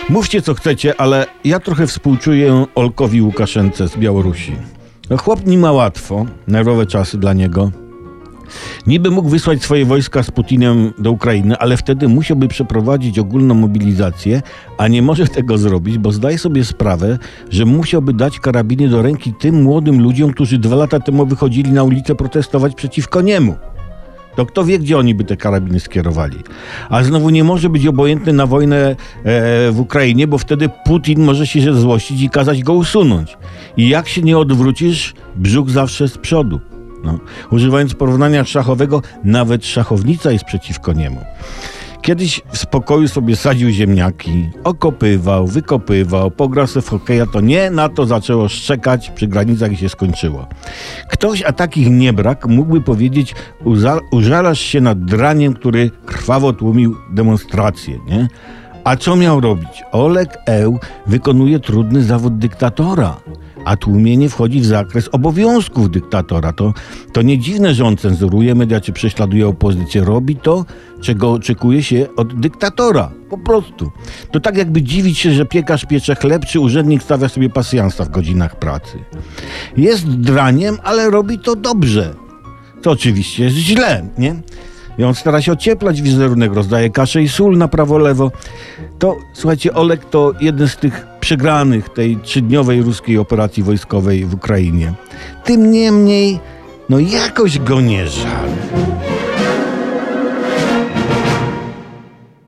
Mówcie co chcecie, ale ja trochę współczuję Olkowi Łukaszence z Białorusi. Chłop nie ma łatwo, nerwowe czasy dla niego. Niby mógł wysłać swoje wojska z Putinem do Ukrainy, ale wtedy musiałby przeprowadzić ogólną mobilizację, a nie może tego zrobić, bo zdaje sobie sprawę, że musiałby dać karabiny do ręki tym młodym ludziom, którzy 2 lata temu wychodzili na ulicę protestować przeciwko niemu. To kto wie, gdzie oni by te karabiny skierowali. A znowu nie może być obojętny na wojnę w Ukrainie, bo wtedy Putin może się złościć i kazać go usunąć. I jak się nie odwrócisz, brzuch zawsze z przodu. No. Używając porównania szachowego, nawet szachownica jest przeciwko niemu. Kiedyś w spokoju sobie sadził ziemniaki, okopywał, wykopywał, pograł sobie w hokeja, to nie, na to zaczęło szczekać przy granicach i się skończyło. Ktoś, a takich nie brak, mógłby powiedzieć, użalasz się nad draniem, który krwawo tłumił demonstracje, nie? A co miał robić? Oleg Eł wykonuje trudny zawód dyktatora, a tłumienie wchodzi w zakres obowiązków dyktatora. To nie dziwne, że on cenzuruje media czy prześladuje opozycję. Robi to, czego oczekuje się od dyktatora. Po prostu. To tak jakby dziwić się, że piekarz piecze chleb, czy urzędnik stawia sobie pasjansa w godzinach pracy. Jest draniem, ale robi to dobrze. To oczywiście jest źle, nie? I on stara się ocieplać wizerunek, rozdaje kaszę i sól na prawo, lewo. To, słuchajcie, Oleg to jeden z tych przegranych tej 3-dniowej ruskiej operacji wojskowej w Ukrainie. Tym niemniej, no jakoś go nie żal.